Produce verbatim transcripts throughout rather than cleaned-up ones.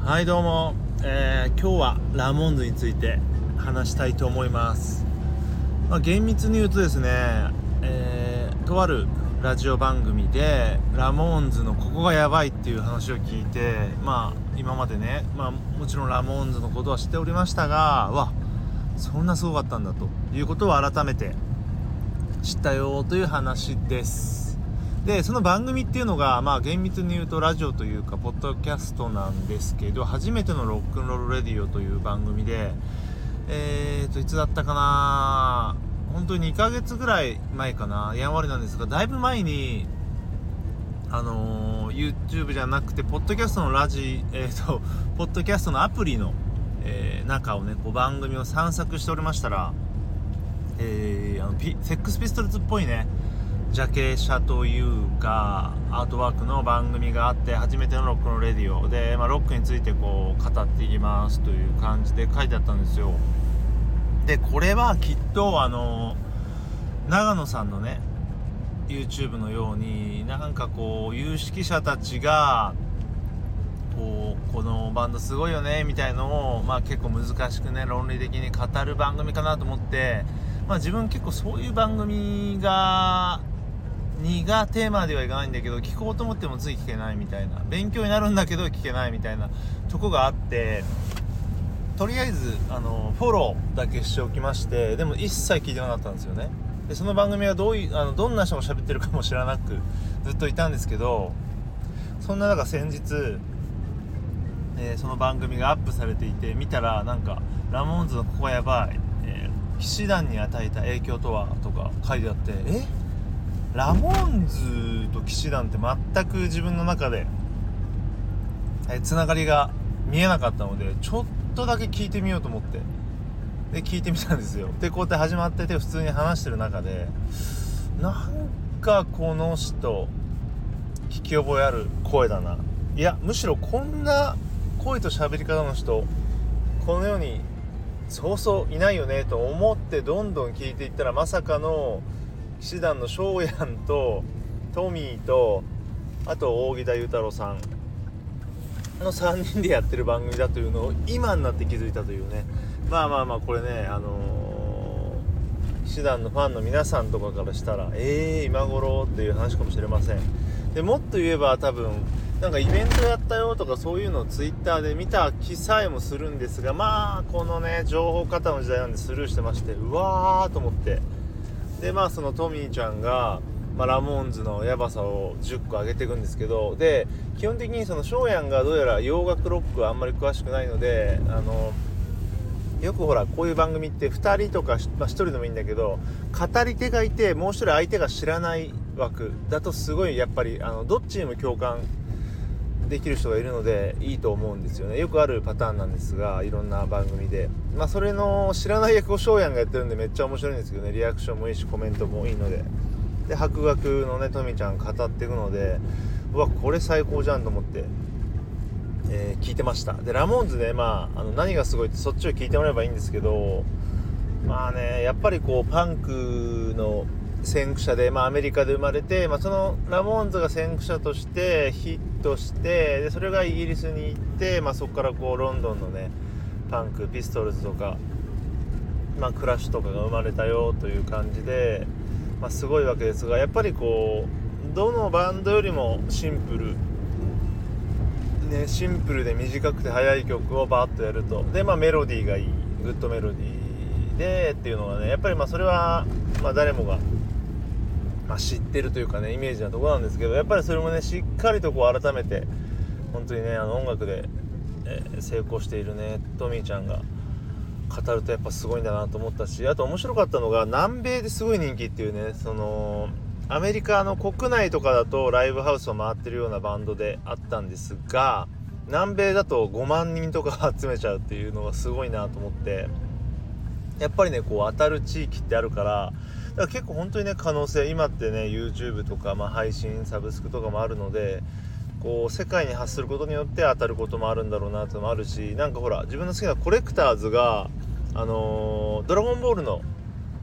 はいどうも、えー、今日はラモーンズについて話したいと思います。まあ、厳密に言うとですね、えー、とあるラジオ番組でラモーンズのここがやばいっていう話を聞いて、まあ今までね、まあもちろんラモーンズのことは知っておりましたが、わそんなすごかったんだということを改めて知ったよという話です。でその番組っていうのが、まあ厳密に言うとラジオというかポッドキャストなんですけど、初めてのロックンロールレディオという番組で、えーといつだったかな、本当ににかげつぐらい前かな、やんわりなんですが、だいぶ前にあのー、YouTube じゃなくてポッドキャストのラジえーとポッドキャストのアプリの、えー、中をねこう番組を散策しておりましたら、えー、あのピセックスピストルズっぽいねジャケ写というかアートワークの番組があって、初めてのロックのレディオで、まあ、ロックについてこう語っていきますという感じで書いてあったんですよ。でこれはきっとあの長野さんのね YouTube のようになんかこう有識者たちがこうこのバンドすごいよねみたいのを、まあ、結構難しくね論理的に語る番組かなと思って、まあ、自分結構そういう番組がにがテーマではいかないんだけど、聞こうと思ってもつい聞けないみたいな、勉強になるんだけど聞けないみたいなとこがあって、とりあえずあのフォローだけしておきまして、でも一切聞いてなかったんですよね。でその番組はどういうあのどんな人が喋ってるかも知らなくずっといたんですけど、そんな中先日、えー、その番組がアップされていて見たら、なんかラモーンズのここはやばい、えー、騎士団に与えた影響とはとか書いてあって、えラモーンズと騎士団って全く自分の中でえつながりが見えなかったので、ちょっとだけ聞いてみようと思ってで聞いてみたんですよ。でこうやって始まってて普通に話してる中で、なんかこの人聞き覚えある声だな、いやむしろこんな声と喋り方の人この世にそうそういないよねと思ってどんどん聞いていったら、まさかの騎士団の翔やんとトミーとあと大木田裕太郎さんのさんにんでやってる番組だというのを今になって気づいたというね。まあまあまあこれね、あのー、騎士団のファンの皆さんとかからしたらえー今頃っていう話かもしれません。でもっと言えば多分なんかイベントやったよとかそういうのをツイッターで見た気さえもするんですが、まあこのね情報過多の時代なんでスルーしてまして、うわーと思って、でまあそのトミーちゃんが、まあ、ラモーンズのヤバさをじゅっこ上げていくんですけど、で基本的にそのショーヤンがどうやら洋楽ロックはあんまり詳しくないので、あのよくほらこういう番組ってふたりとか、まあ、ひとりでもいいんだけど語り手がいてもう一人相手が知らない枠だとすごいやっぱりあのどっちにも共感できる人がいるのでいいと思うんですよね。よくあるパターンなんですが、いろんな番組で、まあそれの知らない役をショーヤンがやってるんでめっちゃ面白いんですけどね、リアクションもいいしコメントもいいので、で博学のねトミちゃん語っていくので、うわこれ最高じゃんと思って、えー、聞いてました。でラモーンズね、まあ、あの何がすごいってそっちを聞いてもらえばいいんですけど、まあねやっぱりこうパンクの先駆者で、まあ、アメリカで生まれて、まあ、そのラモーンズが先駆者としてヒットして、でそれがイギリスに行って、まあ、そこからこうロンドンのねパンクピストルズとか、まあ、クラッシュとかが生まれたよという感じで、まあ、すごいわけですが、やっぱりこうどのバンドよりもシンプルね、シンプルで短くて速い曲をバーッとやると、でまあメロディーがいい、グッドメロディーでっていうのがね、やっぱりまあそれはまあ誰もがまあ、知ってるというかねイメージなところなんですけど、やっぱりそれもねしっかりとこう改めて本当にねあの音楽で、えー、成功しているねトミーちゃんが語るとやっぱすごいんだなと思ったし、あと面白かったのが南米ですごい人気っていうね、そのアメリカの国内とかだとライブハウスを回ってるようなバンドであったんですが、南米だとごまんにんとか集めちゃうっていうのがすごいなと思って、やっぱりねこう当たる地域ってあるから、だから結構本当にね可能性、今ってね YouTube とか、まあ、配信サブスクとかもあるので、こう世界に発することによって当たることもあるんだろうなってのもあるし、なんかほら自分の好きなコレクターズがあのー、ドラゴンボールの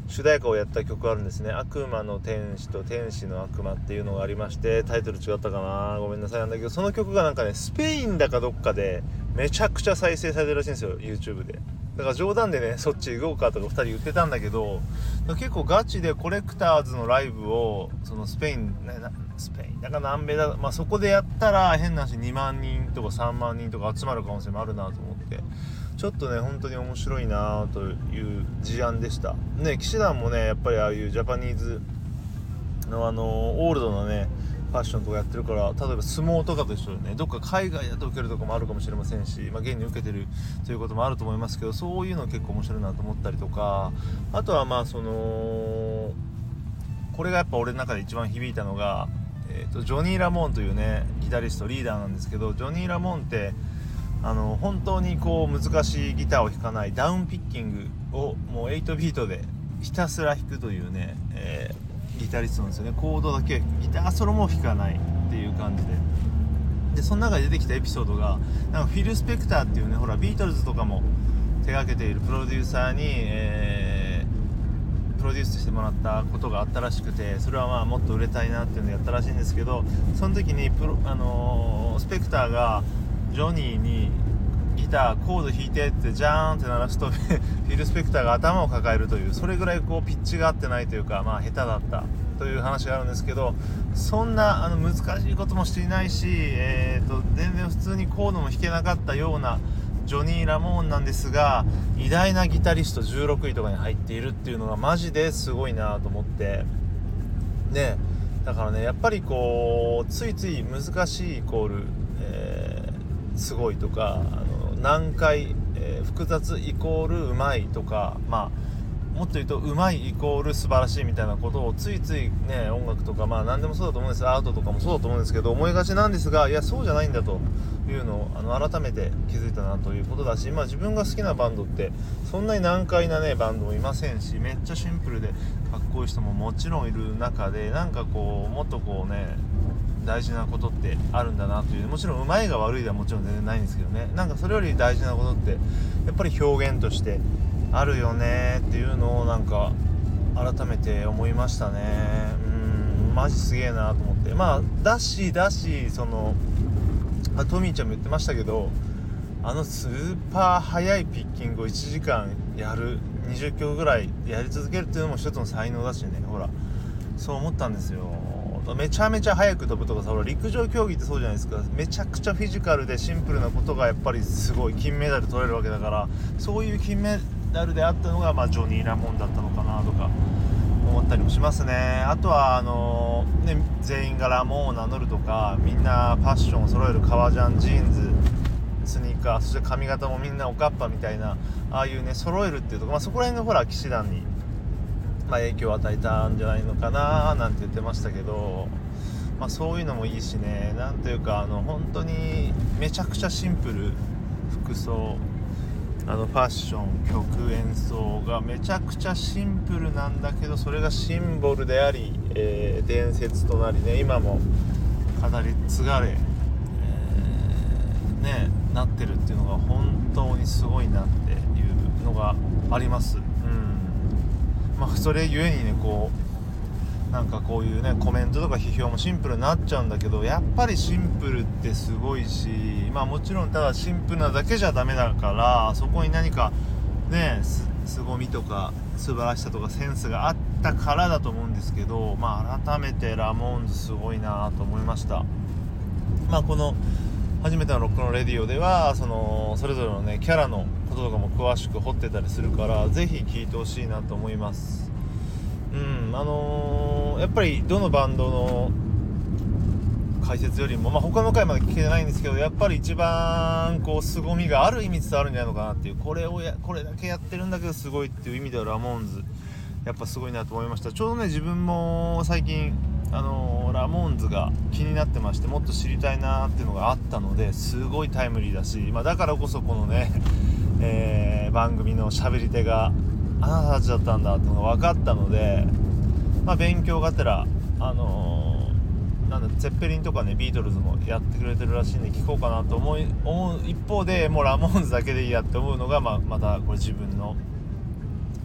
主題歌をやった曲あるんですね。悪魔の天使と天使の悪魔っていうのがありまして、タイトル違ったかな、ごめんなさいなんだけど、その曲がなんかねスペインだかどっかでめちゃくちゃ再生されてるらしいんですよ YouTube で。だから冗談でねそっち行こうかとかふたり言ってたんだけど、結構ガチでコレクターズのライブをそのスペインスペインだか南米だ、まあ、そこでやったら変な話にまんにんとかさんまんにんとか集まる可能性もあるなと思って、ちょっとね本当に面白いなという事案でしたね。騎士団もねやっぱりああいうジャパニーズのあのオールドなねファッションとかやってるから、例えば相撲とかと一緒でね、どっか海外だと受けるとこもあるかもしれませんし、まあ、現に受けてるということもあると思いますけど、そういうの結構面白いなと思ったりとか、あとはまあそのこれがやっぱ俺の中で一番響いたのが、えーと、ジョニー・ラモーンというねギタリストリーダーなんですけど、ジョニー・ラモーンってあの本当にこう難しいギターを弾かないダウンピッキングをもうはちビートでひたすら弾くというね、えーギタリストなんですよね。コードだけギターソロも弾かないっていう感じで、でその中で出てきたエピソードがなんかフィル・スペクターっていうね、ほらビートルズとかも手掛けているプロデューサーに、えー、プロデュースしてもらったことがあったらしくて、それはまあもっと売れたいなっていうのをやったらしいんですけど、その時にプロ、あのー、スペクターがジョニーにギターコード弾いてってジャーンって鳴らすとフィル・スペクターが頭を抱えるという、それぐらいこうピッチが合ってないというか、まあ下手だったという話があるんですけど、そんなあの難しいこともしていないし、えーと全然普通にコードも弾けなかったようなジョニー・ラモーンなんですが、偉大なギタリストじゅうろくいとかに入っているっていうのがマジですごいなと思ってね。だからねやっぱりこうついつい難しいイコール、えー、すごいとか、あの難解、えー、複雑イコールうまいとか、まあもっと言うとうまいイコール素晴らしいみたいなことをついついね音楽とかまあ何でもそうだと思うんです、アートとかもそうだと思うんですけど思いがちなんですが、いやそうじゃないんだというのをあの改めて気づいたなということだし、まあ自分が好きなバンドってそんなに難解なねバンドもいませんし、めっちゃシンプルでかっこいい人ももちろんいる中で、なんかこうもっとこうね大事なことってあるんだなという、もちろんうまいが悪いではもちろん全然ないんですけどね、なんかそれより大事なことってやっぱり表現としてあるよねっていうのをなんか改めて思いましたね。うんマジすげえなと思って、まあだしだしそのあトミーちゃんも言ってましたけど、あのスーパー速いピッキングをいちじかんやるにじゅっきょくぐらいやり続けるっていうのも一つの才能だしね、ほらそう思ったんですよ。めちゃめちゃ速く飛ぶとかさ、ほら陸上競技ってそうじゃないですか、めちゃくちゃフィジカルでシンプルなことがやっぱりすごい金メダル取れるわけだから、そういう金メダルであったのが、まあ、ジョニー・ラモンだったのかなとか思ったりもしますね。あとはあのー、ね全員がラモンを名乗るとか、みんなファッションを揃える革ジャンジーンズスニーカー、そして髪型もみんなおかっぱみたいなああいうね揃えるっていうところ、まあ、そこら辺がほら騎士団にまあ、影響を与えたんじゃないのかななんて言ってましたけど、まあ、そういうのもいいしね、なんというかあの本当にめちゃくちゃシンプル、服装あのファッション曲演奏がめちゃくちゃシンプルなんだけど、それがシンボルであり、えー、伝説となりね今も語り継がれ、えー、ねなってるっていうのが本当にすごいなっていうのがあります。うんまあ、それゆえにねこうなんかこういうねコメントとか批評もシンプルになっちゃうんだけど、やっぱりシンプルってすごいし、まあもちろんただシンプルなだけじゃダメだから、そこに何かねす凄みとか素晴らしさとかセンスがあったからだと思うんですけど、まあ改めてラモーンズすごいなと思いました。まあこの初めてのロックのレディオではそのそれぞれのねキャラのこととかも詳しく掘ってたりするから、ぜひ聴いてほしいなと思います。うんあのー、やっぱりどのバンドの解説よりも、まあ、他の回まで聞けてないんですけど、やっぱり一番こう凄みがある意味伝わるんじゃないのかなっていう、これをやこれだけやってるんだけどすごいっていう意味ではラモーンズやっぱすごいなと思いました。ちょうどね自分も最近あのー、ラモーンズが気になってまして、もっと知りたいなっていうのがあったので、すごいタイムリーだし、まあ、だからこそこのね、えー、番組の喋り手があなたたちだったんだっていうのが分かったので、まあ、勉強がてらあのー、なんだゼッペリンとかねビートルズもやってくれてるらしいんで聞こうかなと思い思う一方で、もうラモーンズだけでいいやって思うのが、まあ、またこれ自分の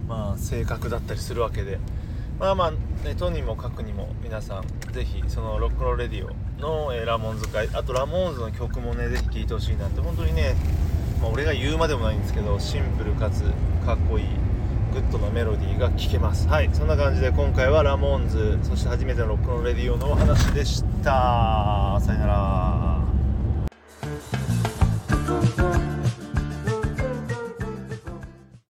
まあ性格だったりするわけで、まあまあ、ね、とにもかくにも皆さんぜひそのロックンロールレディオの、えー、ラモーンズ会、あとラモーンズの曲もねぜひ聴いてほしいなって。本当にね、まあ、俺が言うまでもないんですけど、シンプルかつかっこいいグッドなメロディーが聴けます。はい、そんな感じで今回はラモーンズ、そして初めてのロックンロールレディオのお話でした。